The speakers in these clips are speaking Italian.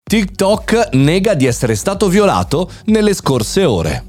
TikTok nega di essere stato violato nelle scorse ore.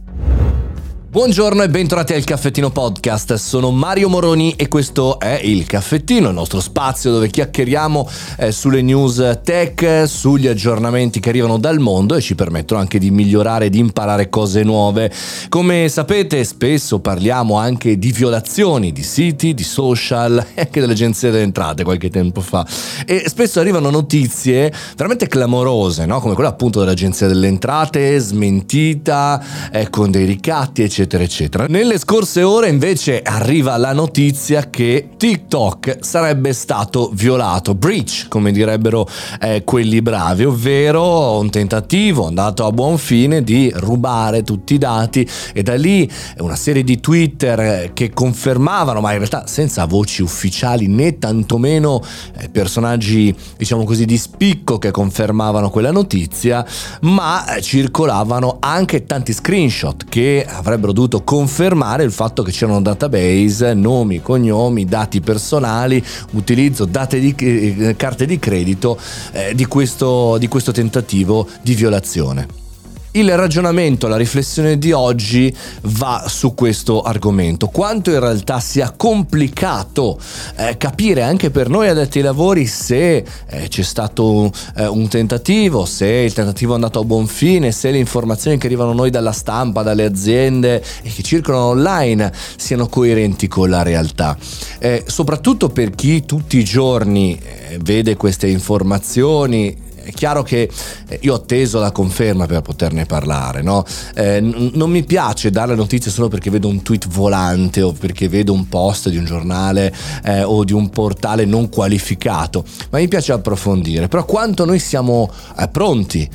Buongiorno e bentornati al Caffettino Podcast, sono Mario Moroni e questo è il Caffettino, il nostro spazio dove chiacchieriamo sulle news tech, sugli aggiornamenti che arrivano dal mondo e ci permettono anche di migliorare e di imparare cose nuove. Come sapete spesso parliamo anche di violazioni di siti, di social e anche delle agenzie delle entrate qualche tempo fa e spesso arrivano notizie veramente clamorose, no? Come quella appunto dell'agenzia delle entrate, smentita, con dei ricatti eccetera. Nelle scorse ore invece arriva la notizia che TikTok sarebbe stato violato, breach come direbbero quelli bravi, ovvero un tentativo andato a buon fine di rubare tutti i dati e da lì una serie di Twitter che confermavano, ma in realtà senza voci ufficiali né tantomeno personaggi diciamo così di spicco che confermavano quella notizia, ma circolavano anche tanti screenshot che avrebbero dovuto confermare il fatto che c'erano database, nomi, cognomi, dati personali, utilizzo date di carte di credito di questo tentativo di violazione. Il ragionamento, la riflessione di oggi va su questo argomento. Quanto in realtà sia complicato capire anche per noi addetti ai lavori se c'è stato un tentativo, se il tentativo è andato a buon fine, se le informazioni che arrivano a noi dalla stampa, dalle aziende e che circolano online siano coerenti con la realtà. Soprattutto per chi tutti i giorni vede queste informazioni. È chiaro che io ho atteso la conferma per poterne parlare, no? Non mi piace dare le notizie solo perché vedo un tweet volante o perché vedo un post di un giornale o di un portale non qualificato, ma mi piace approfondire. Però quanto noi siamo pronti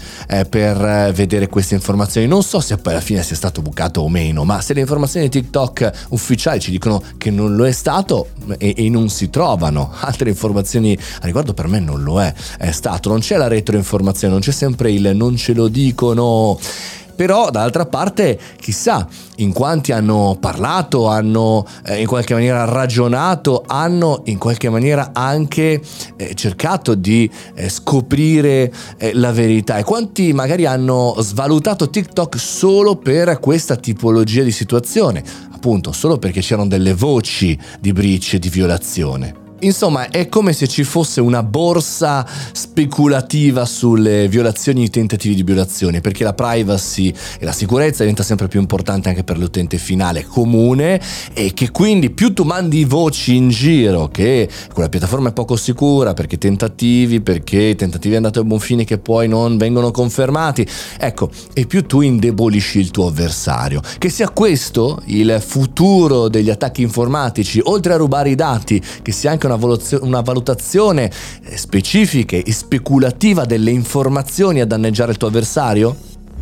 per vedere queste informazioni? Non so se poi alla fine sia stato bucato o meno, ma se le informazioni di TikTok ufficiali ci dicono che non lo è stato e non si trovano altre informazioni a riguardo, per me non lo è stato. Non c'è la retroinformazione, non c'è sempre il non ce lo dicono. Però dall'altra parte chissà in quanti hanno parlato, hanno in qualche maniera ragionato, hanno in qualche maniera anche cercato di scoprire la verità e quanti magari hanno svalutato TikTok solo per questa tipologia di situazione, appunto solo perché c'erano delle voci di breach, di violazione. Insomma, è come se ci fosse una borsa speculativa sulle violazioni e i tentativi di violazione, perché la privacy e la sicurezza diventa sempre più importante anche per l'utente finale comune e che quindi più tu mandi voci in giro che quella piattaforma è poco sicura perché tentativi andati a buon fine che poi non vengono confermati, ecco, e più tu indebolisci il tuo avversario. Che sia questo il futuro degli attacchi informatici, oltre a rubare i dati, che sia anche una valutazione specifica e speculativa delle informazioni a danneggiare il tuo avversario?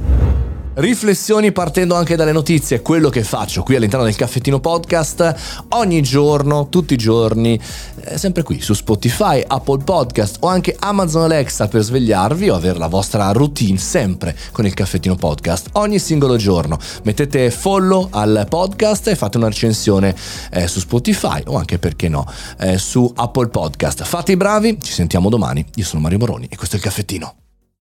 Riflessioni partendo anche dalle notizie, quello che faccio qui all'interno del Caffettino Podcast ogni giorno, tutti i giorni, sempre qui su Spotify, Apple Podcast o anche Amazon Alexa per svegliarvi o avere la vostra routine sempre con il Caffettino Podcast ogni singolo giorno. Mettete follow al podcast e fate una recensione su Spotify o anche, perché no, su Apple Podcast. Fate i bravi, ci sentiamo domani. Io sono Mario Moroni e questo è il Caffettino.